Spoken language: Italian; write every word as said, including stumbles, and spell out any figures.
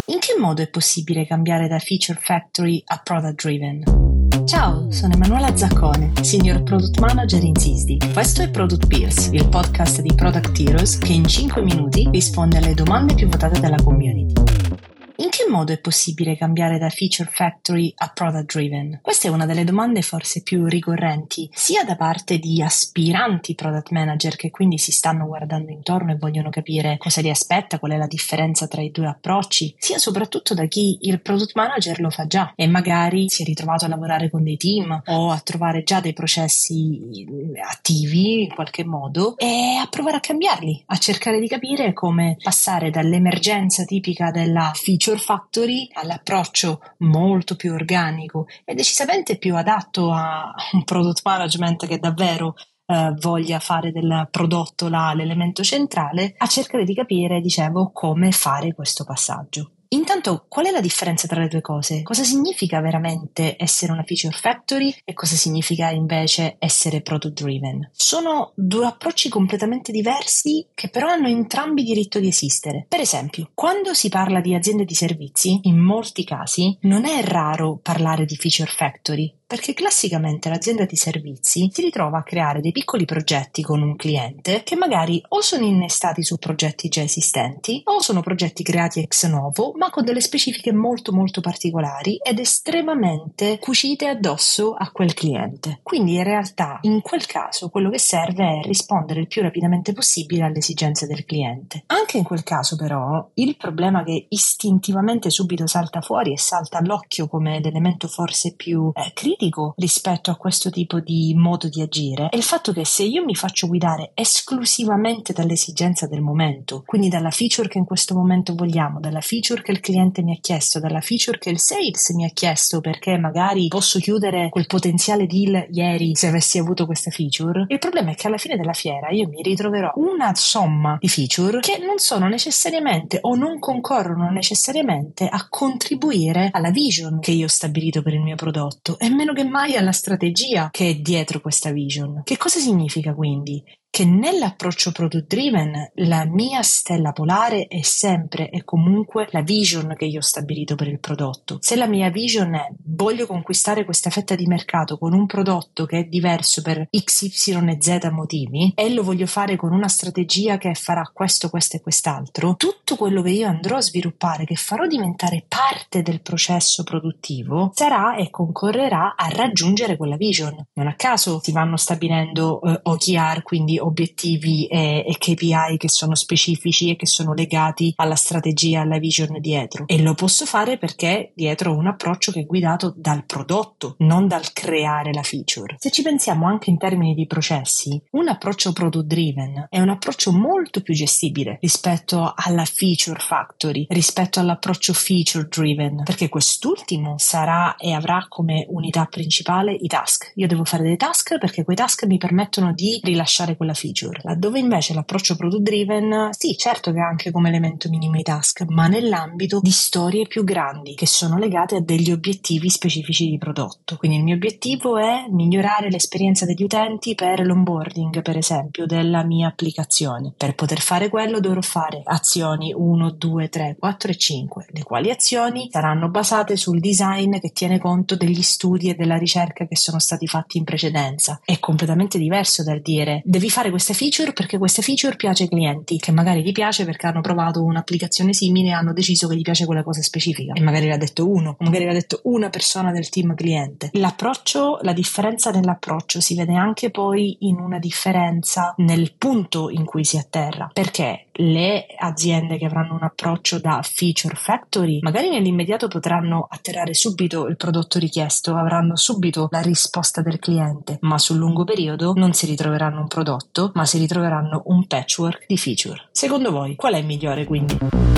In che modo è possibile cambiare da Feature Factory a Product Driven? Ciao, sono Emanuela Zaccone, Senior Product Manager in Sisdi. Questo è Product Peers, il podcast di Product Heroes che in cinque minuti risponde alle domande più votate dalla community. In che modo è possibile cambiare da Feature Factory a Product Driven? Questa è una delle domande forse più ricorrenti, sia da parte di aspiranti Product Manager che quindi si stanno guardando intorno e vogliono capire cosa li aspetta, qual è la differenza tra i due approcci, sia soprattutto da chi il Product Manager lo fa già e magari si è ritrovato a lavorare con dei team o a trovare già dei processi attivi in qualche modo e a provare a cambiarli, a cercare di capire come passare dall'emergenza tipica della Feature Factory all'approccio molto più organico e decisamente più adatto a un product management che davvero eh, voglia fare del prodotto là l'elemento centrale, a cercare di capire, dicevo, come fare questo passaggio. Intanto, qual è la differenza tra le due cose? Cosa significa veramente essere una feature factory e cosa significa invece essere product driven? Sono due approcci completamente diversi che però hanno entrambi diritto di esistere. Per esempio, quando si parla di aziende di servizi, in molti casi non è raro parlare di feature factory, perché classicamente l'azienda di servizi si ritrova a creare dei piccoli progetti con un cliente che magari o sono innestati su progetti già esistenti o sono progetti creati ex novo ma con delle specifiche molto molto particolari ed estremamente cucite addosso a quel cliente. Quindi in realtà in quel caso quello che serve è rispondere il più rapidamente possibile alle esigenze del cliente. Anche in quel caso però il problema che istintivamente subito salta fuori e salta all'occhio come elemento forse più eh, critico rispetto a questo tipo di modo di agire è il fatto che se io mi faccio guidare esclusivamente dall'esigenza del momento, quindi dalla feature che in questo momento vogliamo, dalla feature che il cliente mi ha chiesto, dalla feature che il sales mi ha chiesto perché magari posso chiudere quel potenziale deal ieri se avessi avuto questa feature, il problema è che alla fine della fiera io mi ritroverò una somma di feature che non sono necessariamente o non concorrono necessariamente a contribuire alla vision che io ho stabilito per il mio prodotto e meno che mai alla strategia che è dietro questa vision. Che cosa significa quindi? Che nell'approccio product driven la mia stella polare è sempre e comunque la vision che io ho stabilito per il prodotto. Se la mia vision è voglio conquistare questa fetta di mercato con un prodotto che è diverso per X, Y e Z motivi e lo voglio fare con una strategia che farà questo, questo e quest'altro, tutto quello che io andrò a sviluppare, che farò diventare parte del processo produttivo, sarà e concorrerà a raggiungere quella vision. Non a caso si vanno stabilendo eh, O K R, quindi obiettivi e, e K P I che sono specifici e che sono legati alla strategia, alla vision dietro, e lo posso fare perché dietro ho un approccio che è guidato dal prodotto, non dal creare la feature. Se ci pensiamo anche in termini di processi, un approccio product driven è un approccio molto più gestibile rispetto alla feature factory, rispetto all'approccio feature driven, perché quest'ultimo sarà e avrà come unità principale i task. Io devo fare dei task perché quei task mi permettono di rilasciare quella feature, laddove invece l'approccio product driven sì, certo che ha anche come elemento minimo i task, ma nell'ambito di storie più grandi che sono legate a degli obiettivi specifici di prodotto. Quindi il mio obiettivo è migliorare l'esperienza degli utenti per l'onboarding, per esempio, della mia applicazione. Per poter fare quello dovrò fare azioni uno, due, tre, quattro e cinque, le quali azioni saranno basate sul design che tiene conto degli studi e della ricerca che sono stati fatti in precedenza. È completamente diverso dal dire devi fare queste feature perché questa feature piace ai clienti, che magari gli piace perché hanno provato un'applicazione simile e hanno deciso che gli piace quella cosa specifica e magari l'ha detto uno o magari l'ha detto una persona del team cliente. L'approccio, la differenza nell'approccio si vede anche poi in una differenza nel punto in cui si atterra, perché le aziende che avranno un approccio da feature factory magari nell'immediato potranno atterrare subito il prodotto richiesto, avranno subito la risposta del cliente, ma sul lungo periodo non si ritroveranno un prodotto ma si ritroveranno un patchwork di feature. Secondo voi qual è migliore quindi?